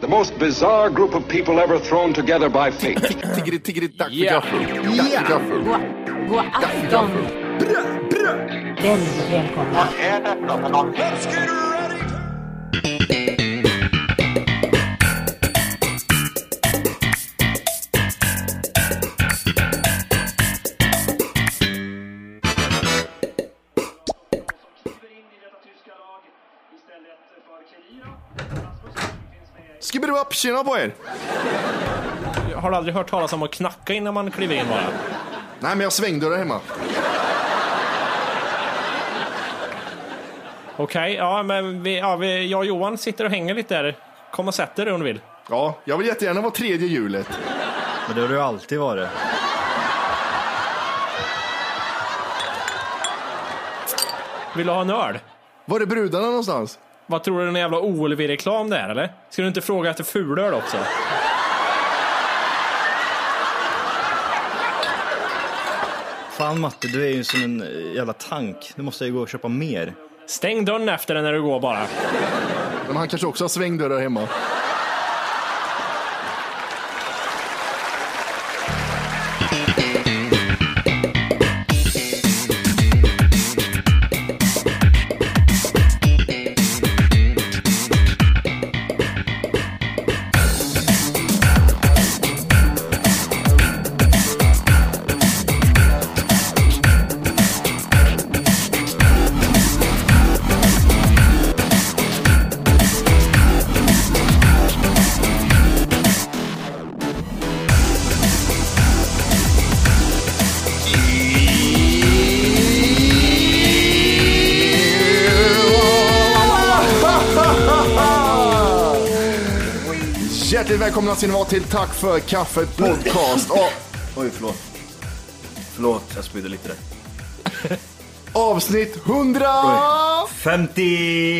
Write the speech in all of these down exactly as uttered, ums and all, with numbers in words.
The most bizarre group of people ever thrown together by fate. Tiggeri, tiggeri, dack för Yeah. gaffel. Dack för gaffel. God, god afton. Väldigt välkomna. Let's get ready. Skibberup, tjena på er. Har du aldrig hört talas om att knacka innan man kliver in bara? Nej, men jag svängde där hemma. Okej, okay, ja men vi, ja, vi, jag och Johan sitter och hänger lite där. Kom och sätt dig om du vill. Ja, jag vill jättegärna vara tredje hjulet. Men det har du alltid varit. Vill du ha en öl? Var är brudarna någonstans? Vad tror du, den jävla O L V-reklam där eller? Ska du inte fråga efter fulöl också? Fan Matte, du är ju som en eh, jävla tank. Du måste ju gå och köpa mer. Stäng dörren efter den när du går bara. Men han kanske också har svängdörrar hemma. Hjärtligt välkomna ska ni vara till Tack för kaffet podcast. Och Oj, förlåt. Förlåt, jag spydde lite där. avsnitt hundra. femtio!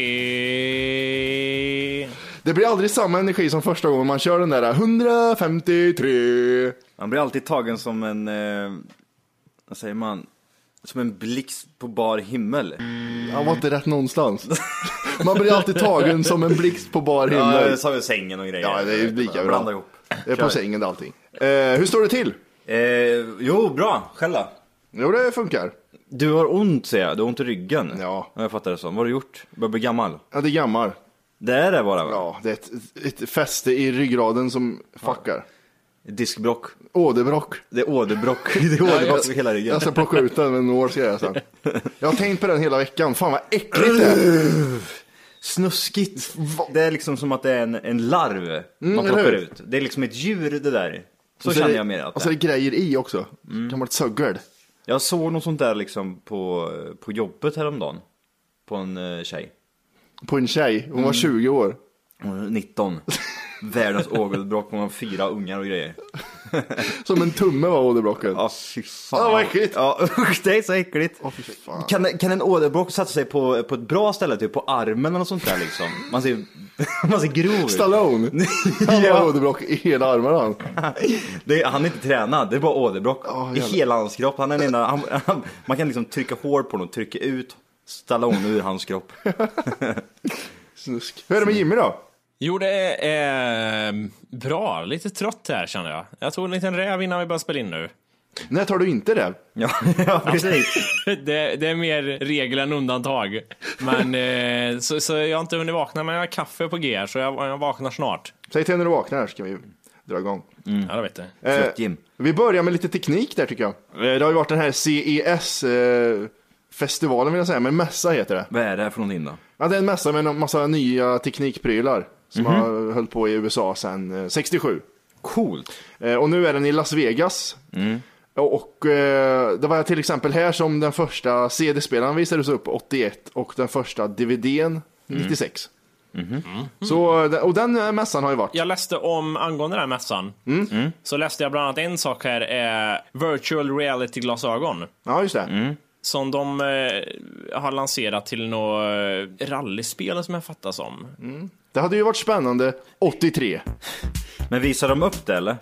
Tre. Det blir aldrig samma energi som första gången man kör den där hundrafemtiotre. Man blir alltid tagen som en, eh, vad säger man, som en blixt på bar himmel. Jag var inte rätt någonstans. Man blir alltid tagen som en blixt på bar Ja, himmel. jag sa ju sängen och grejer. Ja, det är lika Blanda bra. ihop. Det är på sängen allting. Eh, hur står det till? Eh, jo, bra. Själva. Jo, det funkar. Du har ont, säger jag. Du har ont i ryggen. Ja. Jag fattar det så. Vad har du gjort? Du börjar bli gammal. Ja, det är gammal. Det är det bara, va? Ja, det är ett, ett fäste i ryggraden som fuckar. Diskbrock. Åderbrock. Det är åderbrock. Det är åderbrock i hela ryggen. Jag ska plocka ut den med en år ska jag sen. Jag har tänkt på den hela veckan. Fan vad äckligt det är. Snuskigt. Det är liksom som att det är en, en larv man eller plockar hur? ut. Det är liksom ett djur det där. Så Och känner är det- jag mer att Och så är det. det grejer i också. Kan vara ett söggel. Jag såg något sånt där liksom på, på jobbet häromdagen. På en uh, tjej. På en tjej. Hon var tjugo år. Hon är nitton. Världens ågelbrock. Hon har fyra ungar och grejer. Som en tumme var åderbrocken. Ja, fy fan. Ja, vad äckligt. Ja, usch, det är så äckligt. Åh, fy fan. Kan, kan en åderbrock sätta sig på, på ett bra ställe, typ på armen eller sånt där liksom? Man ser, man ser grov ut. Stallone. Han Ja. har åderbrock i hela armarna. Han. Det är, han är inte tränad, det är bara åderbrock Oh, i hela hans kropp. Han är den enda, han, han, man kan liksom trycka hår på honom och trycka ut Stallone ur hans kropp. Snusk. Hur är det med Jimmy då? Jo, det är eh, bra. Lite trött här känner jag. Jag tog en liten räv innan vi började spela in nu. När tar du inte det? Ja, ja precis. det, det är mer regel än undantag. Men eh, så, så jag har inte hunnit vakna, men jag har kaffe på G här, så jag, jag vaknar snart. Säg till när du vaknar ska vi dra igång. Mm. Ja, det vet jag. Eh, Trött, Jim. vi börjar med lite teknik där tycker jag. Eh, det har ju varit den här C E S-festivalen vill jag säga, men mässa heter det. Vad är det här för någonting då? Ja, det är en mässa med en massa nya teknikprylar som mm-hmm. har hållit på i U S A sedan eh, sextiosju. Coolt. Eh, och nu är den i Las Vegas. Mm. Och eh, det var till exempel här som den första C D-spelaren visades upp åttioett och den första D V D:n nittiosex. Mm-hmm. Så, och den mässan har ju varit. Jag läste om, angående den här mässan, Mm. så läste jag bland annat en sak här, är virtual reality-glasögon. Ja, just det. Mm. Som de eh, har lanserat till något rallyspel som jag fattar som. Det hade ju varit spännande åttiotre. Men visar de upp det eller?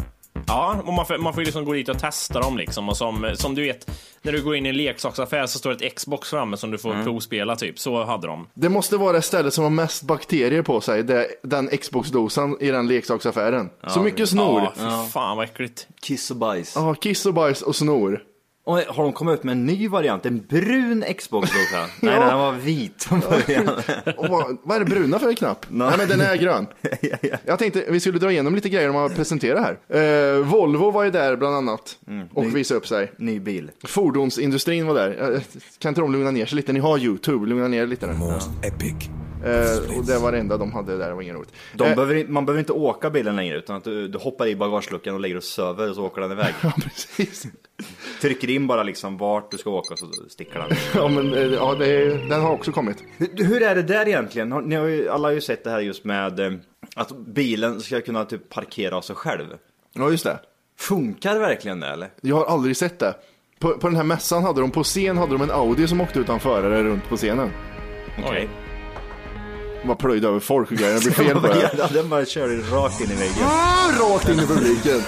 Ja, och man får, man får ju liksom gå dit och testa dem liksom. Och som, som du vet, när du går in i en leksaksaffär så står det ett Xbox framme som du får mm. provspela typ. Så hade de. Det måste vara det stället som har mest bakterier på sig. Det, den Xbox-dosan i den leksaksaffären. Ja, så mycket snor. Ja, för fan vad äckligt. Kiss och bajs. Ja, kiss och bajs och snor. Och har de kommit ut med en ny variant? En brun Xbox-dosa? Nej, ja. Den var vit från början. Och vad, vad är det bruna för en knapp? No. Nej, men den är grön. ja, ja. Jag tänkte vi skulle dra igenom lite grejer de har presenterat här. Eh, Volvo var ju där bland annat. Mm, och ny, visade upp sig. Ny bil. Fordonsindustrin var där. Kan inte de lugna ner sig lite? Ni har YouTube, lugna ner lite. Most ja. epic. Eh, och det var det enda de hade där, det var ingen roligt. De eh, behöver, man behöver inte åka bilen längre utan att du, du hoppar i bagageluckan och lägger och söver och så åker den iväg. Ja, precis. Trycker in bara liksom vart du ska åka och så sticker den. Ja, men ja, det är, den har också kommit. Hur, hur är det där egentligen? Ni har ju, alla har ju sett det här just med eh, att bilen ska kunna typ parkera av sig själv. Ja, just det. Funkar verkligen det eller? Jag har aldrig sett det. På, på den här mässan hade de, på scen hade de en Audi som åkte utan förare runt på scenen. Okej. Okay. Bara plöjd över folk och grejer, det blir fel på det. Ja, den bara körde rakt in i väggen. Ah, rakt in i publiken.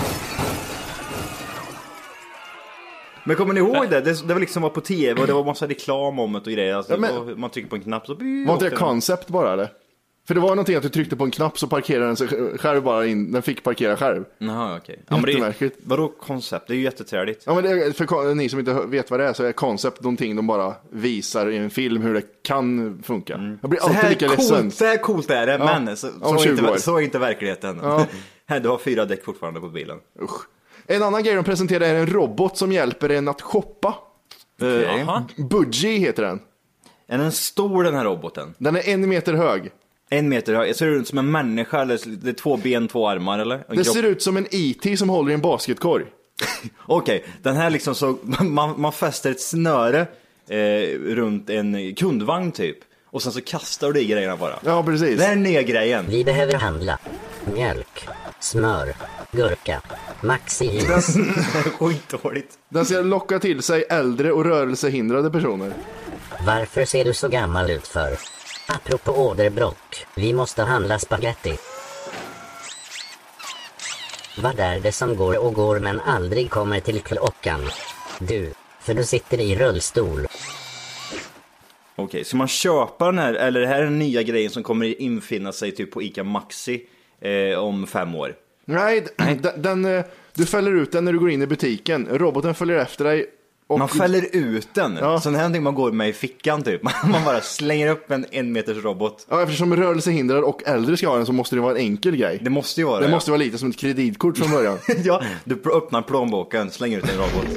Men kommer ni ihåg det? Det, det var liksom var på tv och det var massa reklam om det och grejer. Alltså, ja, men, man trycker på en knapp så... Var inte det koncept bara eller? För det var någonting att du tryckte på en knapp så parkerade den sig själv bara in. Den fick parkera själv. Jaha, okej. Okay. Ja, vadå koncept? Det är ju jätteträligt. Ja, men det är, för ni som inte vet vad det är så är koncept någonting de bara visar i en film hur det kan funka. Mm. Jag blir så alltid lika coolt, ledsen. Så här coolt är det, ja, men så, så, är inte, så är inte verkligheten. Ja. Här, du har fyra däck fortfarande på bilen. Usch. En annan grej de presenterar är en robot som hjälper en att shoppa. Okay. Budgie heter den. Är den stor den här roboten? Den är en meter hög. En meter hög. Ser det ut som en människa eller det är två ben, två armar eller? Det ser ut som en E T som håller i en basketkorg. Okej, okay. Den här liksom så man, man fäster ett snöre eh, runt en kundvagn typ. Och sen så kastar du det i grejerna bara. Ja, precis. Det är nya grejen. Vi behöver handla. Mjölk, smör, gurka, maxi. Skitdåligt. Den ska locka till sig äldre och rörelsehindrade personer. Varför ser du så gammal ut för? Apropå åderbråck, vi måste handla spaghetti. Vad är det som går och går men aldrig kommer till klockan? Du, för du sitter i rullstol. Okej, okay, så man köper den här, eller det här är den nya grejen som kommer infinna sig typ på Ica Maxi eh, om fem år? Nej, den, den, du fäller ut den när du går in i butiken. Roboten följer efter dig. Och man fäller ut den, ja. Så det är någonting man går med i fickan typ. Man bara slänger upp en en meters robot. Ja, eftersom rörelsehindrad och äldre ska ha den så måste det vara en enkel grej. Det måste ju vara det. Det ja. måste vara lite som ett kreditkort från början. Ja, du öppnar plånboken, slänger ut en robot.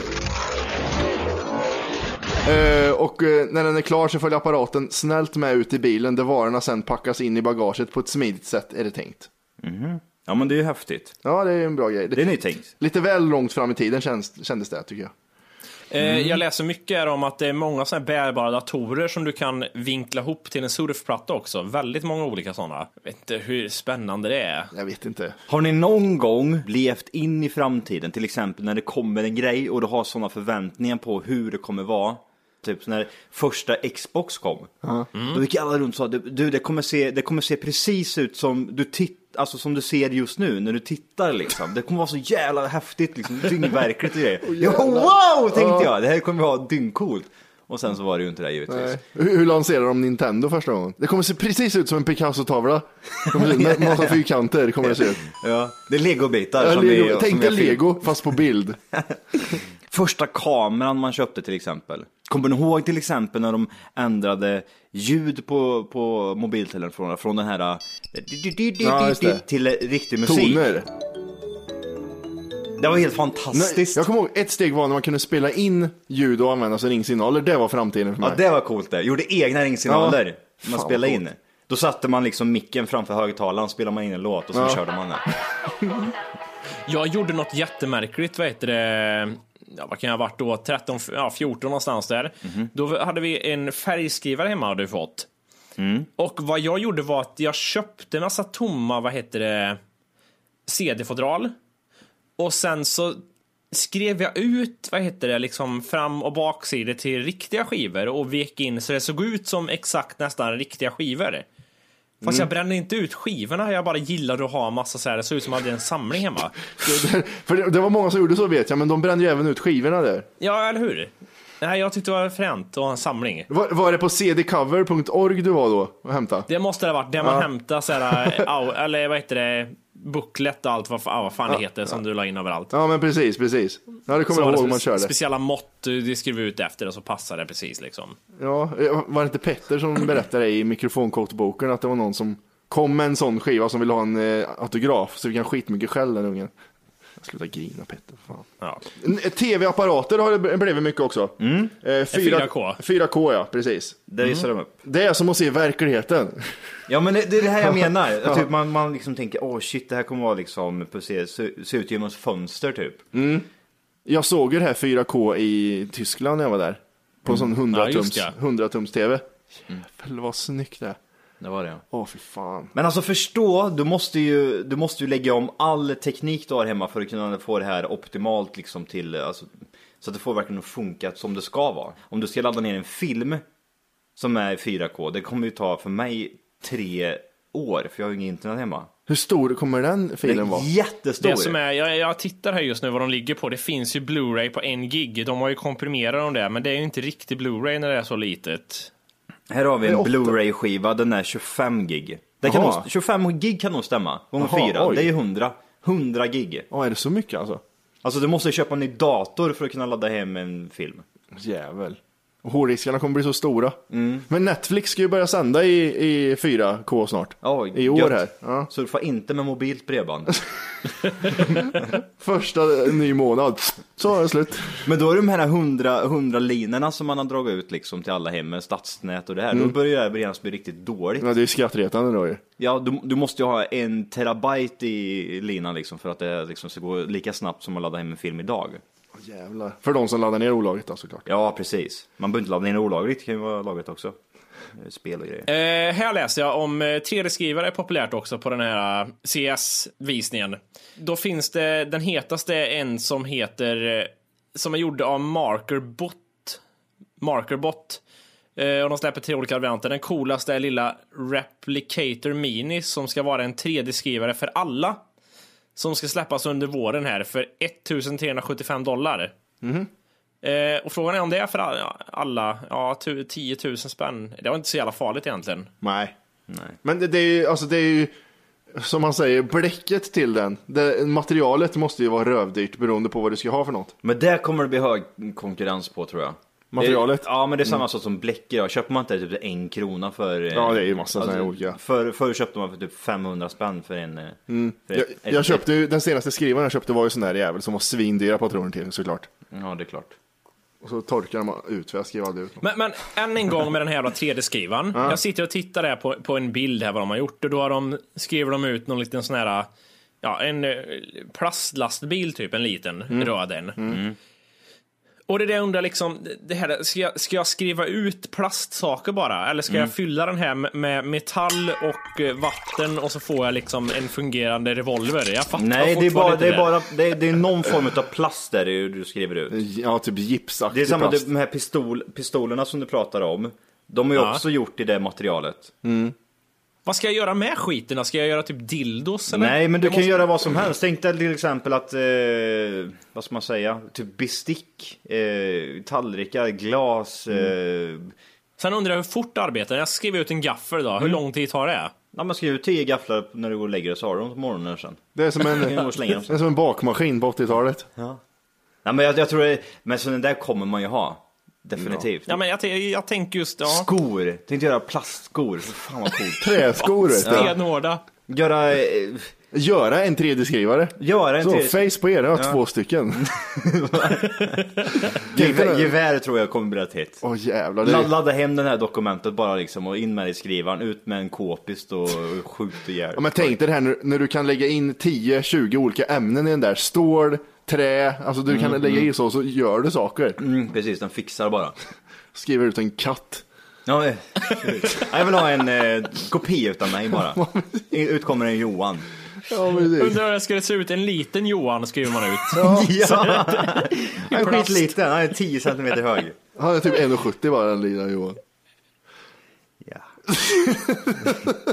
Uh, och uh, när den är klar så följer apparaten snällt med ut i bilen där varorna sen packas in i bagaget på ett smidigt sätt är det tänkt. Mm-hmm. Ja, men det är ju häftigt. Ja, det är en bra grej. Det är nytänkt. Lite väl långt fram i tiden känns, kändes det tycker jag. Mm. Jag läser mycket om att det är många sådana här bärbara datorer som du kan vinkla ihop till en surfplatta också. Väldigt många olika sådana. Jag vet inte hur spännande det är. Jag vet inte. Har ni någon gång levt in i framtiden, till exempel när det kommer en grej och du har sådana förväntningar på hur det kommer vara? Typ när första Xbox kom. Mm. Då gick alla runt och sa, du det kommer se, det kommer se precis ut som du tittar. Alltså som du ser just nu när du tittar liksom. Det kommer vara så jävla häftigt liksom, dyngverkligt och grejer. Ja, wow, tänkte jag. Det här kommer vara dyngcoolt. Och sen så var det ju inte det givetvis. Hur, hur lanserar de Nintendo första gången? Det kommer se precis ut som en Picasso-tavla. Med massa fyrkanter det kommer det se ut. Ja, det är Lego-bitar ja, som Lego. vi, tänk dig Lego fast på bild. Första kameran man köpte till exempel. Kommer ni ihåg till exempel när de ändrade ljud på, på mobiltelefonerna från den här ja, till riktig musik? Toner. Det var helt fantastiskt. Nej, jag kommer ihåg ett steg var när man kunde spela in ljud och använda som ringsignaler. Det var framtiden för mig. Ja, det var coolt det. Gjorde egna ringsignaler. Ja, man spelade in. Då satte man liksom micken framför högtalaren, spelade man in en låt och så ja. körde man det. Jag gjorde något jättemärkligt, vad heter det? Ja, vad kan jag ha varit då? tretton, ja, fjorton någonstans där. Mm-hmm. Då hade vi en färgskrivare hemma hade vi fått. Mm. Och vad jag gjorde var att jag köpte en massa tomma, vad heter det? C D-fodral. Och sen så skrev jag ut, vad heter det, liksom fram- och baksidor till riktiga skivor och vek in så det såg ut som exakt nästan riktiga skivor. Fast jag bränner inte ut skivorna, jag bara gillar att ha massa så här, det ser ut som att jag hade en samling hemma. För det, det var många som gjorde så, vet jag, men de brände ju även ut skivorna där. Ja, eller hur? Nej, jag tyckte det var fränt att ha en samling. Var, var det på c d cover punkt org du var då och hämta? Det måste det ha varit, där man Ja. hämtar så här, au, eller vad heter det, booklet och allt vad, fa- vad fan det heter som du la in överallt. Ja, men precis, precis. Ja, det kommer jag Så ihåg det man spe- körde. Speciella mått du skrev ut efter och så passar det precis liksom. Ja, var det inte Petter som berättade i mikrofonkotboken att det var någon som kom med en sån skiva som ville ha en eh, autograf, så vi kan skitmycket skäll den ungen. Jag slutar grina, Petter, fan. Ja. N- tv-apparater har det blivit mycket också. Mm. Eh, fyra K. fyra K, ja, precis. Det visar de upp. Det är som att se verkligheten. Ja, men det, det är det här jag menar. ja. Typ man, man liksom tänker, åh oh, shit, det här kommer vara liksom på se, se, se ut genom ett fönster typ. Mm. Jag såg ju det här fyra K i Tyskland när jag var där. På en sån hundra Ja, just tums, det. hundra tums tv. Jävlar vad snyggt det är. Det var det, ja. Åh, fy fan. Men alltså förstå, du måste ju, du måste ju lägga om all teknik du har hemma för att kunna få det här optimalt liksom till, alltså, så att det får verkligen funka som det ska vara. Om du ska ladda ner en film som är fyra K, det kommer ju ta för mig tre år, för jag har ju ingen internet hemma. Hur stor kommer den Det filen vara? är jättestor. Det som är, jag, jag tittar här just nu vad de ligger på. Det finns ju Blu-ray på en gig. De har ju komprimerat om det, men det är ju inte riktig Blu-ray när det är så litet. Här har vi Det en är åtta. Blu-ray-skiva, den är tjugofem gig. Det kan Jaha. nog, tjugofem gig kan nog stämma. Gånger Jaha, fyra, oj. det är ju hundra. hundra gig. Ja, är det så mycket alltså? Alltså du måste köpa en ny dator för att kunna ladda hem en film. Jävel. Och hårddiskarna kommer bli så stora. Mm. Men Netflix ska ju börja sända i, i fyra K snart. Ja, I år gött. här. Ja. Surfa inte med mobilt bredband. Första ny månad. Så är det slut. Men då är det de här hundra, hundra linorna som man har dragit ut liksom till alla hem med stadsnät och det här. Då börjar det genast bli riktigt dåligt. Ja, det är skrattretande då ju. Ja, du, du måste ju ha en terabyte i linan liksom för att det liksom ska gå lika snabbt som att ladda hem en film idag. Åh, jävlar. För de som laddar ner olagligt då, såklart. Ja, precis. Man behöver inte ladda ner olagligt, det kan ju vara lagligt också. Spel och grejer. Eh, här läser jag om eh, tre D-skrivare är populärt också på den här eh, C S-visningen. Då finns det, den hetaste är en som heter, eh, som är gjord av Markerbot. Markerbot. Eh, och de släpper tre olika varianter. Den coolaste är lilla Replicator Mini som ska vara en tre D-skrivare för alla. Som ska släppas under våren här för ettusen dollar. Mhm. Eh, och frågan är om det är för alla, ja, tio tusen spänn. Det var inte så jävla farligt egentligen. Nej. Nej. Men det, det är ju, alltså det är ju, som man säger, bläcket till den. Det, materialet måste ju vara rövdyrt beroende på vad du ska ha för något. Men där kommer det bli hög konkurrens på, tror jag. Materialet? Det, ja, men det är samma sak som bläck. Ja. Köper man inte typ en krona för... eh, Ja, det är ju massa sådana här olika. För, förr köpte man för typ femhundra spänn för en... eh, För Jag, ett, ett, jag köpte ju, den senaste skrivaren jag köpte var ju sån där jävel som var svindyra patroner till, såklart. Ja, det är klart. Och så torkar man ut, för jag skrev aldrig ut något. Men, men än en gång med den här jävla tre D-skrivaren. Jag sitter och tittar där på, på en bild här vad de har gjort. Och då har de, skriver de ut någon liten sån här, ja, en eh, plastlastbil typ, en liten röd en. Mm. Och det är det jag undrar liksom, det här, ska, jag, ska jag skriva ut plastsaker bara? Eller ska Mm. jag fylla den här med, med metall och eh, vatten och så får jag liksom en fungerande revolver? Jag fattar Nej, det är bara, fortfarande det är inte bara det är, det är någon form av plast där du du skriver ut. Ja, typ gipsaktig Det är samma, plast. de här pistol, pistolerna som du pratar om. De är ju Ja. också gjort i det materialet. Vad ska jag göra med skiten? Ska jag göra typ dildos? Eller? Nej, men du Jag kan måste- göra vad som helst. Tänk dig till exempel att, eh, vad ska man säga, typ bestick, eh, tallrikar, glas. Eh, Sen undrar jag hur fort arbetar jag? skriver ut en gaffel då. Mm. Hur lång tid tar det? ja, man skriver ut tio gafflar när du går och lägger dig, så har du dem på morgonen sen. Det är som en, kan nog slänga dem. det är som en bakmaskin på åttiotalet. Ja. Nej, men jag, jag tror det, men så den där kommer man ju ha. Definitivt. Ja, men jag, t- jag tänker just, ja, Skor, tänkte göra plastskor. Fan vad coolt. Träskor, vet du. stenhårda. Göra, eh, Göra en tre D-skrivare. göra en Så, till. face på er, jag har två stycken. Gevär, gevär tror jag kommer bli ett hit. Åh jävlar. Det La- är... Ladda hem den här dokumentet bara liksom och in med det i skrivaren, ut med en k-pist och skjut ihjäl. Ja, men tänk dig det här när, när du kan lägga in tio tjugo olika ämnen i den där. Stål, trä, alltså du kan lägga i så, så gör du saker. Mm, precis, den fixar bara. Skriver ut en katt. Ja, eh, jag vill ha en eh, kopia utan mig bara. Utkommer en Johan. Ja, precis. Undrar hur det skulle se ut. En liten Johan skriver man ut. Ja, han är plast. skitliten, han är tio centimeter hög. Han är typ en komma sjuttio bara, den lilla Johan. Ja.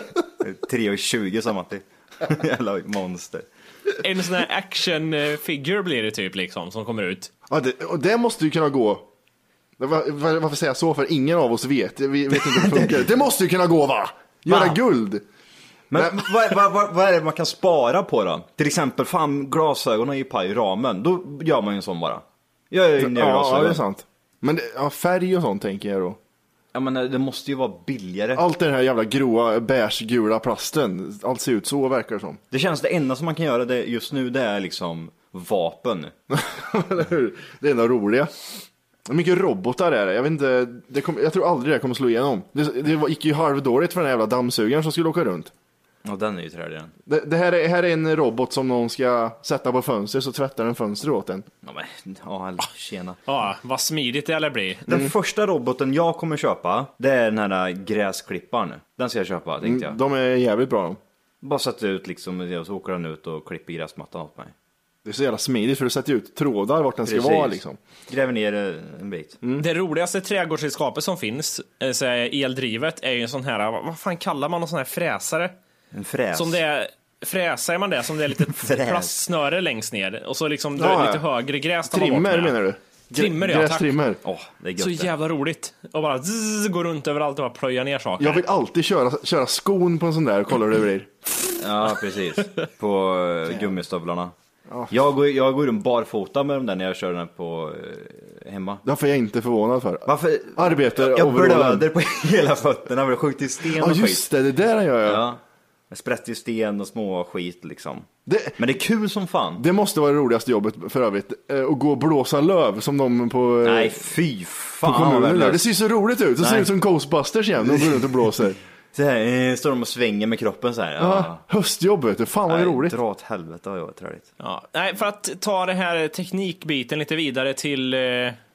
tre och tjugo sa Matti. Jävla monster. En sån här actionfigur blir det typ liksom som kommer ut. Ja, det, och det måste ju kunna gå. Var, var, varför säger jag så? För ingen av oss vet. Vi vet inte hur det funkar. Det måste ju kunna gå, va? Göra Va? guld. Men vad, vad, vad, vad är det man kan spara på då? Till exempel, fan, glasögonen är ju paj i ramen. Då gör man ju en sån bara. Jag är ju ja, ja, det är sant. Men det, ja, färg och sånt tänker jag då. Ja, men det måste ju vara billigare. Allt den här jävla gråa, beige-gula plasten. Allt ser ut så, verkar det som. Det känns det enda som man kan göra det just nu, det är liksom vapen. Eller hur? Det är något roliga. Mycket robotar är det. Jag vet inte, det kom, jag tror aldrig det kommer slå igenom. Det, det gick ju halvdåligt för den här jävla dammsugaren som skulle åka runt. Ja, den är ju trälig den. Det, det här, är, här är en robot som någon ska sätta på fönster, så tvättar den fönster åt den. Ja, men, ja, tjena. Ja, vad smidigt det eller blir. Den Mm. första roboten jag kommer köpa, det är den här gräsklipparen. Den ska jag köpa, tänkte jag. Mm, de är jävligt bra de. Bara sätta ut liksom, och så åker den ut och klipper gräsmattan åt mig. Det är så jävla smidigt, för du sätter ut trådar vart den ska Precis. vara liksom. Gräver ner en bit. Mm. Det roligaste trädgårdsredskapet som finns, eh, så är eldrivet, är ju en sån här, vad vad fan kallar man en sån här fräsare? En fräs. Som det är, fräsar man det, som det är lite Fräs. plastsnöre längst ner. Och så liksom Ja, ja. lite högre gräs tar man bort Trimmer med. menar du? Trimmer, ja, tack. Grästrimmer. Åh, det är gött Så det. jävla roligt. Och bara zzz, gå runt överallt och bara plöja ner saker. Jag vill alltid köra, köra skon på en sån där och kolla hur det blir. Ja, precis. På uh, gummistövlarna. Jag går, jag går runt barfota med dem där när jag kör den på uh, hemma. Därför är jag inte förvånad för. Varför? Arbetar Jag overallen. blöder på hela fötterna, det skjuter i sten Ja, och just skit. det, det där gör jag. Ja. Jag sprätter i sten och små skit liksom. Det, Men det är kul som fan. det måste vara det roligaste jobbet för övrigt. eh, Att gå och blåsa löv som de på, eh, Nej, fy på fan. kommunen vad där. Det värdelöst. ser så roligt ut. Det ser Nej. ut som Ghostbusters igen. De går runt och blåser. Så här, eh, står de och svänger med kroppen så här. Ja. Ja, höstjobb vet du. Fan vad Nej, roligt. dra åt helvete, vad jag träligt. Ja. Nej, för att ta det här teknikbiten lite vidare till, eh,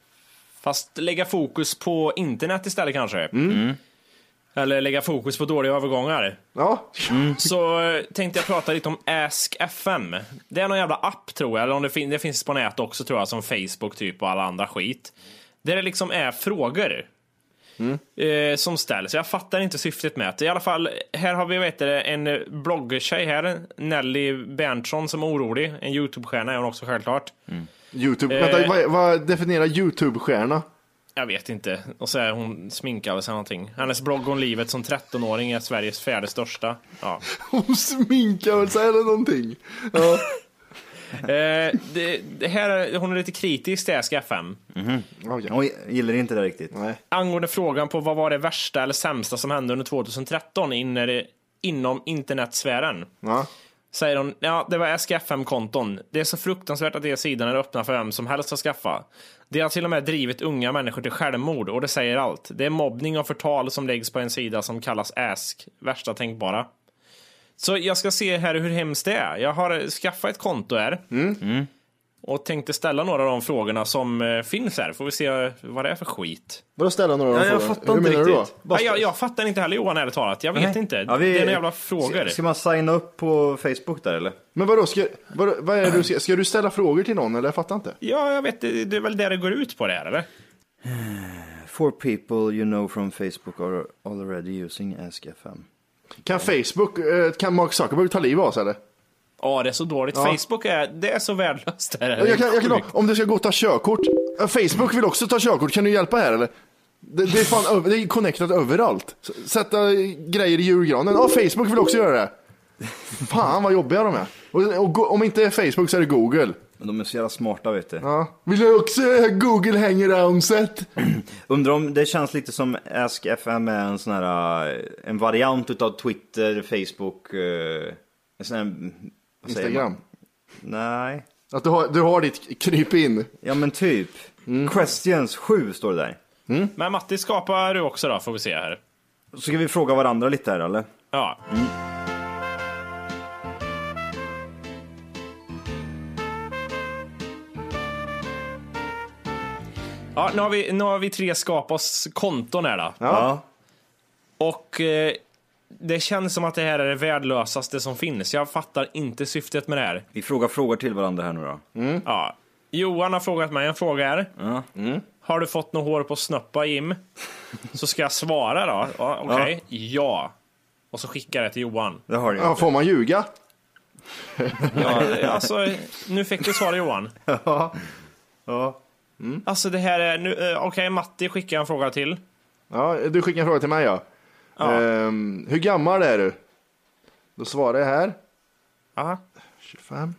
fast lägga fokus på internet istället kanske. Mm. Eller lägga fokus på dåliga övergångar. Ja. Så eh, tänkte jag prata lite om Ask F M. Det är någon jävla app tror jag, eller om det, fin- det finns på nät också tror jag, som Facebook typ och alla andra skit. Där det liksom är frågor. Mm. Eh, som ställs. Jag fattar inte syftet med det. I alla fall, här har vi vet det, en bloggertjej här, Nelly Berntsson, som är orolig. En YouTube-stjärna är hon också självklart. Mm. YouTube. Eh. Vänta, vad, vad definierar YouTube-stjärna? Jag vet inte. Och så är hon sminkad eller någonting. Hennes blogg om livet som tretton-åring är Sveriges fjärde största. Ja. Hon sminkar väl sig eller någonting. Ja. eh, det, det här, hon är lite kritisk till Ask F M. Okay. Jag gillar inte det riktigt. Nej. Angående frågan på vad var det värsta eller sämsta som hände under tjugohundratretton in, inom internetsfären. Ja. Säger hon, ja det var Ask F M-konton. Det är så fruktansvärt att de sidan är öppna för vem som helst att skaffa. Det har till och med drivit unga människor till självmord, och det säger allt. Det är mobbning och förtal som läggs på en sida som kallas Ask. Värsta tänkbara. Så jag ska se här hur hemskt det är. Jag har skaffat ett konto här. Mm. Mm. Och tänkte ställa några av de frågorna som eh, finns här. Får vi se vad det är för skit. Vadå ställa några Ja, jag frågor? fattar Hur inte menar du då? riktigt. Nej, jag, jag fattar inte heller, Johan, ärligt talat. Jag vet Nej. inte. Ja, vi- Det är några jävla frågor. Ska, ska man signa upp på Facebook där eller? Men vadå, ska, vadå, vad är det du ska, ska du ställa frågor till någon eller? Jag fattar inte. Ja, jag vet. Det, det är väl där det går ut på det här, eller? Four people you know from Facebook are already using Ask F M. Kan Facebook, eh, kan Mark Zuckerberg ta liv av sig eller? Ja, det är så dåligt. Ja. Facebook är, det är så värdelöst. Det är Jag kan, jag kan, sjukt. om du ska gå och ta körkort. eh, Facebook vill också ta körkort. Kan du hjälpa här eller? Det, det är fan över- det är connectat överallt. S- Sätta grejer i julgranen. Ja, Facebook vill också göra det. Fan vad jobbiga de är. Och, och, go- om inte är Facebook så är det Google. Men de är så jävla smarta, vet du. Ja. Vill du också ha Google Hangaround-set? Undrar om det känns lite som Ask F M är en sån här, eh, en variant utav Twitter, Facebook, eh, en sån här, vad säger Instagram. man? Nej. Att du har, du har ditt kryp in. Ja men typ. Questions sju står det där. Men Matti, skapar du också då, får vi se här. Så ska vi fråga varandra lite här eller? Ja. Ja, nu har vi, nu har vi tre skapat oss konton här då. Ja. Och eh, det känns som att det här är det värdelösaste som finns. Jag fattar inte syftet med det här. Vi frågar frågor till varandra här nu då. Ja. Johan har frågat mig en fråga här. Ja. Har du fått något hår på snöppa, Jim? Så ska jag svara då. Ja, okej. Ja. och så skickar jag det till Johan. Det har du Ja, inte. får man ljuga? Ja, alltså, nu fick du svar Johan. Ja. Ja. Alltså det här är nu, eh, okej, okay, Matti skickar en fråga till. Ja, du skickar en fråga till mig, ja. Ja. Ehm, hur gammal är du? Då svarar jag här. Aha. tjugofem.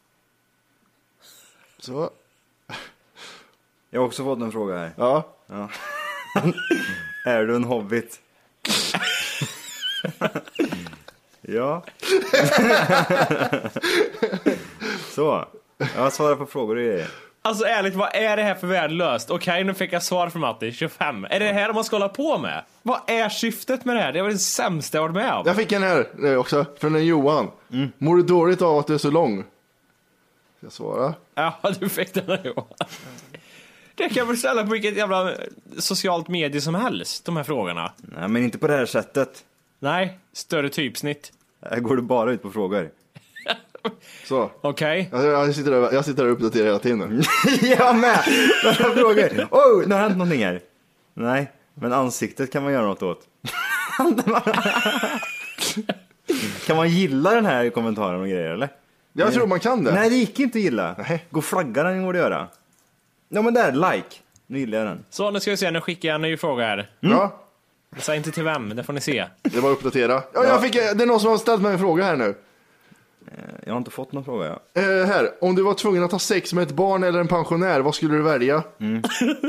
Så. Jag har också fått en fråga här. Ja. Ja. Är du en hobbit? Ja. Så. Jag svarar på frågor och grejer. Alltså ärligt, vad är det här för värdelöst? Okej, okay, nu fick jag svar från Matti, tjugofem. Är det det här man ska hålla på med? Vad är syftet med det här? Det var det sämsta jag varit med om. Jag fick en här eh, också, från en Johan. Mm. Mår du dåligt av att du är så lång? Ska jag svara? Ja, du fick den här Johan. Det kan väl ställa på vilket jävla socialt medie som helst, de här frågorna. Nej, men inte på det här sättet. Nej, större typsnitt. Här går du bara ut på frågor. Så. Okej. Okay. Jag, jag sitter där, jag sitter där och uppdaterar hela tiden nu. Jag med! Några frågor. Oh, nu har hänt någonting här. Nej, men ansiktet kan man göra något åt. Kan man gilla den här kommentaren och grejer, eller? Jag Nej. tror man kan det. Nej, det gick inte att gilla. Nej. Gå och flagga den går det göra. Ja, men där, like. Nu gillar jag den. Så, nu ska vi se, nu skickar jag en ny fråga här. Mm. Ja, Säg inte till vem, det får ni se. det var uppdatera. Ja, jag fick, det är någon som har ställt mig en fråga här nu. Jag har inte fått någon fråga, ja. Eh, här, om du var tvungen att ha sex med ett barn eller en pensionär, vad skulle du välja? Mm.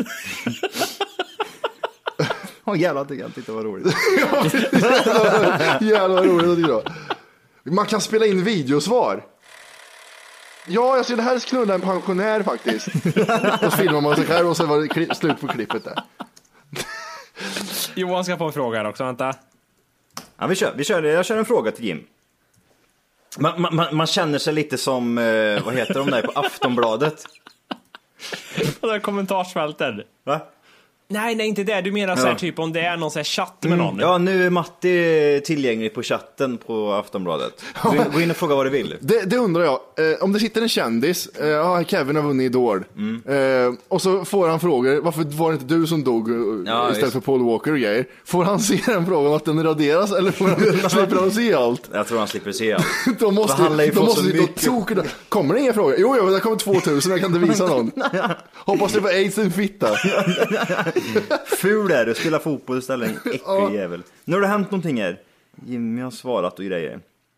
Åh, oh, jävlar, tycker jag inte det var roligt. Jävlar roligt, tycker jag. Man kan spela in videosvar. Ja, jag skulle helst knulla en pensionär faktiskt. Då filmar man sig själv och så var det kli- slut på klippet där. Johan ska få en fråga här också, vänta. Ja, vi kör, vi kör, jag kör en fråga till Jim. Man, man, man känner sig lite som, eh, vad heter de där på Aftonbladet? Det där kommentarsfältet. Va? Nej, nej, inte det. Du menar så här, Ja. typ om det är någon så här chatt med någon. Ja, nu är Matti tillgänglig på chatten på Aftonbladet. Gå, gå in och fråga vad du vill. Det, det undrar jag. Eh, om det sitter en kändis, eh, ja, Kevin har vunnit Idol. Mm. Eh, och så får han frågor, varför var det inte du som dog eh, Ja, istället visst. för Paul Walker och grejer? Får han se den frågan att den raderas eller får han, slipper han se allt? Jag tror han slipper se allt. De måste, För han lär ju de få måste så sitta och mycket. toka. Kommer det inga frågor? Jo, jo, det kommer tvåtusen, jag kan inte visa någon. Hoppas det var aids en fitta. Ful är du, spela fotboll istället, en äcklig jävel. Nu har det hänt någonting här. Jimmy har svarat och grejer.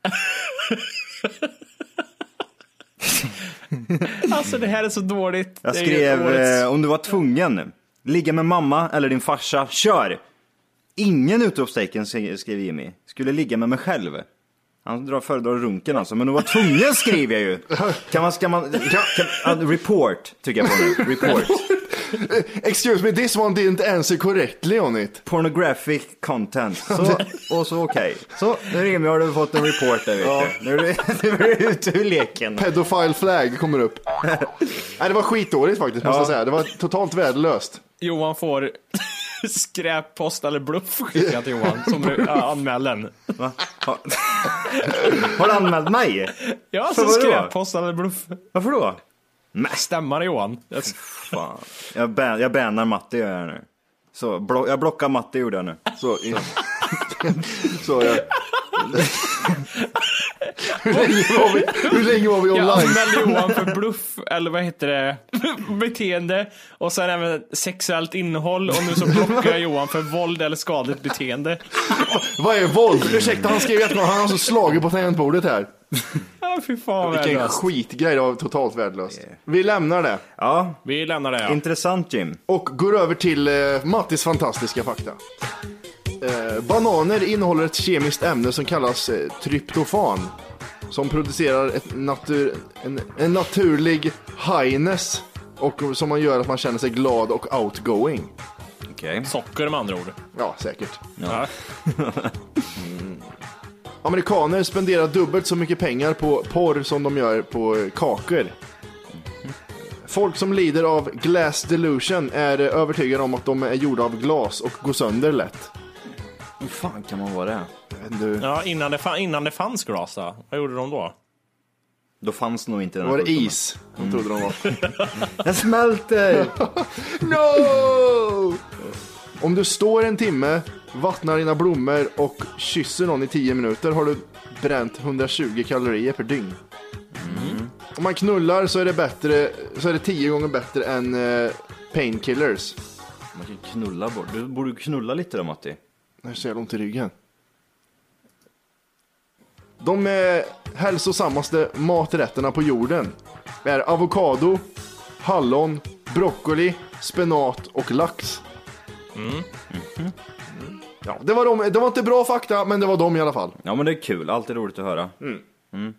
Alltså det här är så dåligt. Jag Det är ju skrev, årets- eh, om du var tvungen, ligga med mamma eller din farsa, kör! Ingen utropstecken, skrev Jimmy. Skulle ligga med mig själv. Han drar föredrar runken alltså, men du var tvungen, skriver jag ju. Kan man, ska man, kan, kan, report, tycker jag på nu. Report. Excuse me, this one didn't answer correctly on it. Pornographic content. Så, och så okej. Okay. Så, nu Jimmy har du fått en report där, vet Ja. du. Nu är du, nu är du ute ur leken. Pedophile flag kommer upp. Nej, det var skitdåligt faktiskt, måste Ja. jag säga. Det var totalt värdelöst. Johan får skräppost eller bluff skickat till Johan som du äh, anmäl den. Va? Har, har du anmält mig? Ja, För så vadå? skräppost eller bluff. Varför då? Stämmar Johan. Jag- Fan. Jag, ban, jag bannar Matti gör jag nu. Så, blo, jag blockar Matti gjorde jag nu. Så, in. Så ja. hur, länge var vi, hur länge var vi Jag online? anmälde Johan för bluff, eller vad heter det, beteende, och sen även sexuellt innehåll, och nu så blockar jag Johan för våld eller skadligt beteende. Vad är våld? Ursäkta, han skrev att han har så slagit på tangentbordet här. Ja, fy fan vad Vilken värdelöst. skitgrej, det var totalt värdelöst. Vi lämnar det Ja, Vi lämnar det, ja. intressant Jim. och går över till eh, Mattis fantastiska fakta. Eh, bananer innehåller ett kemiskt ämne som kallas eh, tryptofan, som producerar ett natur, en, en naturlig highness, och som man gör att man känner sig glad och outgoing. Okej. Okay. Socker med andra ord. Ja, säkert. Ja. Amerikaner spenderar dubbelt så mycket pengar på porr som de gör på kakor. Folk som lider av glass delusion är övertygade om att de är gjorda av glas och går sönder lätt. Hur fan kan man vara det? Du, Ja, innan det, fa- innan det fanns glas då. Vad gjorde de då? Då fanns nog inte den var här det sjukdomen. is? De trodde de var. Jag smälter! No! Om du står en timme, vattnar dina blommor och kysser någon i tio minuter har du bränt hundratjugo kalorier per dygn. Mm. Om man knullar så är det bättre, så är det tio gånger bättre än uh, painkillers. Man kan knulla bort. Du borde knulla lite då, Matti. Det är så jävla ont i ryggen. De eh, hälsosammaste maträtterna på jorden är avokado, hallon, broccoli, spenat och lax. Mm. Mm-hmm. Ja, det var de. Det var inte bra fakta, men det var de i alla fall. Ja, men det är kul. Alltid roligt att höra. Mm. Mm.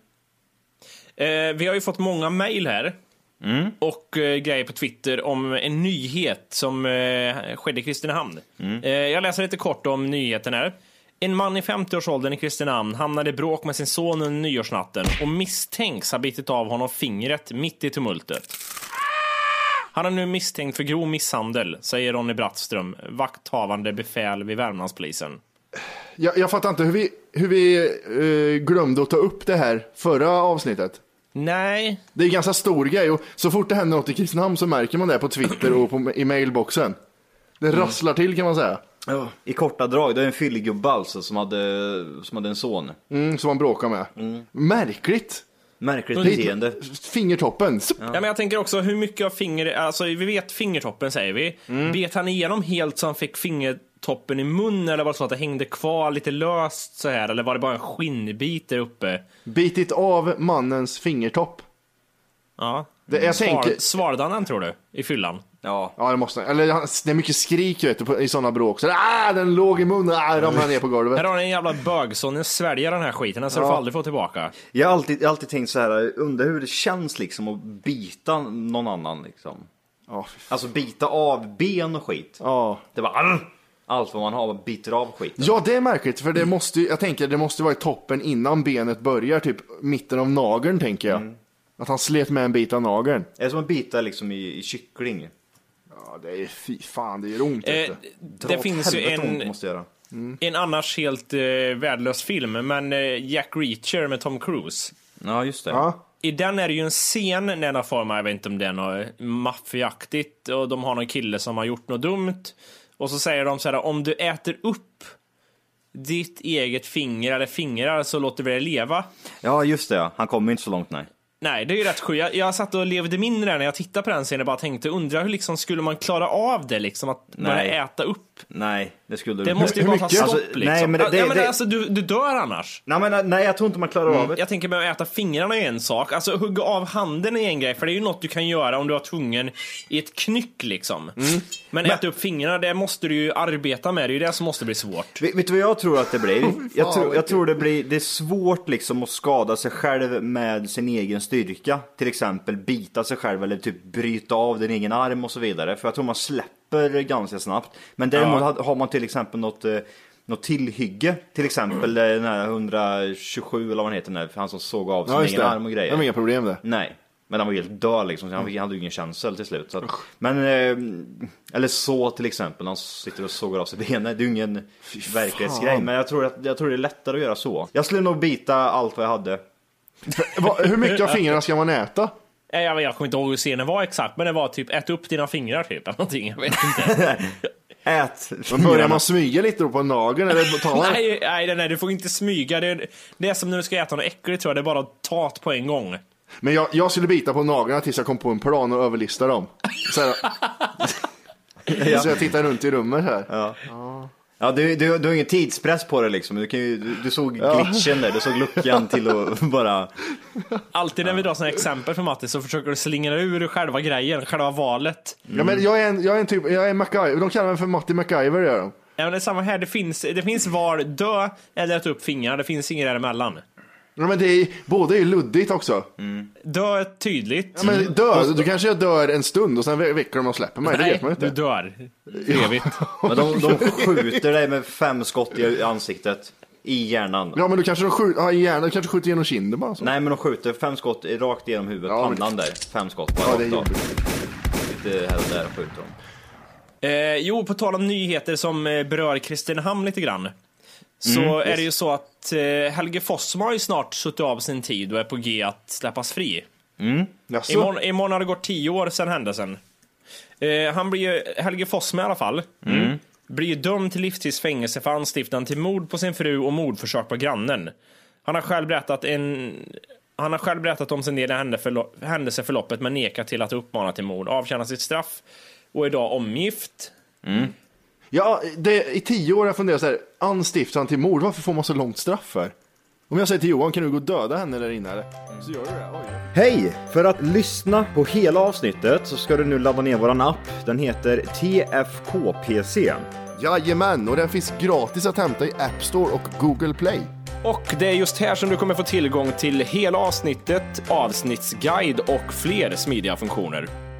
Eh, vi har ju fått många mejl här. Mm. Och eh, grejer på Twitter om en nyhet som eh, skedde i Kristinehamn. Mm. Eh, jag läser lite kort om nyheten här. En man i femtio-årsåldern i Kristinehamn hamnade i bråk med sin son under nyårsnatten och misstänks ha bitit av honom fingret mitt i tumultet. Han är nu misstänkt för grov misshandel, säger Ronny Brattström, vakthavande befäl vid Värmlandspolisen. Jag, jag fattar inte hur vi, hur vi uh, glömde att ta upp det här förra avsnittet. Nej. Det är en ganska stor grej och så fort det händer något i Kristinehamn så märker man det på Twitter och på, i mailboxen. Det rasslar till kan man säga. Ja. I korta drag, det är en fyllegubbe alltså som hade, som hade en son. Mm, som han bråkar med. Mm. Märkligt. Märkligt beteende. Fingertoppen. Ja. ja, men jag tänker också hur mycket av finger... Alltså, vi vet fingertoppen, säger vi. Mm. Bet han igenom helt så han fick fingertoppen i mun? Eller var det så att det hängde kvar lite löst så här? Eller var det bara en skinnbit där uppe? Bitit av mannens fingertopp. Ja. Det, jag Svar, tänker... Svarade han, tror du? I fyllan? Ja. Ja, det måste. Eller det är mycket skrik vet du, i sådana bråk. Så ah, den låg i munnen, ah, ramlade ner på golvet. Här har ni en jävla bög så ni sväljer den här skiten. Den ska ja. du få aldrig få tillbaka. Jag har alltid, jag har alltid tänkt så här, undrar hur det känns liksom att bita någon annan liksom. Ja, alltså bita av ben och skit. Ja. Det var arr, allt vad man har biter av skit. Ja, det är märkligt för det måste, jag tänker det måste vara i toppen innan benet börjar, typ mitten av nageln tänker jag. Mm. Att han slet med en bit av nageln. Det är som att bita liksom i, i kyckling. Ja, det är fy fan, det är ont. Eh, det finns ju en, måste göra. Mm. en annars helt eh, värdelös film, men eh, Jack Reacher med Tom Cruise. Ja, just det. Ja. I den är det ju en scen när den får man, jag vet inte om det är något maffiaktigt och de har någon kille som har gjort något dumt och så säger de så här: om du äter upp ditt eget finger eller fingrar så låter vi det leva. Ja, just det. Han kommer inte så långt, nej. Nej, det är ju rätt sjukt. Jag, jag satt och levde mindre när jag tittade på den scenen och bara tänkte, undra hur liksom skulle man klara av det liksom att börja äta upp? Nej, det skulle det måste ju bara ta stopp alltså, liksom. Nej, men det, det, ja, men det, alltså, du, du dör annars. Nej, men, nej, jag tror inte man klarar mm. av det. Jag tänker med att äta fingrarna är en sak. Alltså hugga av handen är en grej, för det är ju något du kan göra om du har tungen i ett knyck liksom. Mm. Men, men äta upp fingrarna, det måste du ju arbeta med. Det är ju det som måste bli svårt. Vet, vet du vad jag tror att det blir? Jag tror, jag tror det blir det är svårt liksom att skada sig själv med sin egen styrka. Till exempel bita sig själv eller typ bryta av din egen arm och så vidare. För jag tror man släpper ganska snabbt. Men däremot ja. har man till exempel något, något tillhygge. Till exempel den här etthundratjugosju eller vad han heter, den här, han som såg av sin ja, egen det. arm och grejer. Det var inga problem det. Nej. Men han var helt död liksom, så han fick, hade ju ingen känsel till slut så att, men, eh, eller så till exempel, han sitter och sågar av sig benet. Det är ju ingen verklighetsgrej, men jag tror, att, jag tror det är lättare att göra så. Jag skulle nog bita allt vad jag hade. Hur mycket av fingrarna ska man äta? Jag, jag kommer inte ihåg hur scenen var exakt, men det var typ, ät upp dina fingrar typ, eller någonting, jag vet inte. Ät. Börjar man smyga lite då på nageln eller tar man... nej, nej, nej, du får inte smyga. Det är, det är som när du ska äta något äckligt, tror jag. Det är bara att ta på en gång. Men jag, jag skulle bita på naglarna tills jag kom på en plan och överlista dem. Så, här, ja. Så jag tittar runt i rummet här. Ja, ja. ja du, du, du har ingen tidspress på det liksom. Du, kan ju, du, du såg glitchen där, du såg luckan till att bara... Alltid när vi drar sådana exempel för Matti så försöker du slingra ur själva grejen, själva valet. Mm. Ja, men jag är en, jag är en typ, jag är MacGyver. De kallar mig för Matti MacGyver, gör de. Ja, men det är samma här. Det finns, det finns var dö eller äta upp fingrar. Det finns inget däremellan. Ja, men det är, båda är ju luddigt också. Mm. Dö tydligt. Ja, men dö, du kanske jag dör en stund och sen väcker de och släpper mig. Nej, det vet man inte. Du dör. Evigt. Ja. Men de, de skjuter dig med fem skott i ansiktet. I hjärnan. Ja, men du kanske de skjuter, ja, i hjärnan, du kanske skjuter genom kinden bara. Så. Nej, men de skjuter fem skott rakt genom huvudet. Ja, pannan där. Fem skott bara. Ja, det är jobbigt. Lite här och där skjuter de. Eh, jo, på tal om nyheter som eh, berör Kristinehamn lite grann. Så mm, är det ju så att eh, Helge Fossmo har ju snart suttit av sin tid och är på G att släppas fri. Mm. Imorgon, imorgon har det gått tio år sedan händelsen. Eh, han blir ju Helge Fossmo i alla fall. Mm. blir ju dömd till livstidsfängelse för anstiftan till mord på sin fru och mordförsök på grannen. Han har själv berättat en... Han har själv berättat om sin del i händelseförloppet men nekat till att uppmana till mord. Avtjänar sitt straff och är idag omgift. Mm. Ja, det, i tio år har jag funderat så här, anstiftan till mord, varför får man så långt straff för? Om jag säger till Johan, kan du gå och döda henne där inne eller? Så gör du det, oj. Hej! För att lyssna på hela avsnittet så ska du nu ladda ner våran app. Den heter T F K P C. Jajamän, och den finns gratis att hämta i App Store och Google Play. Och det är just här som du kommer få tillgång till hela avsnittet, avsnittsguide och fler smidiga funktioner.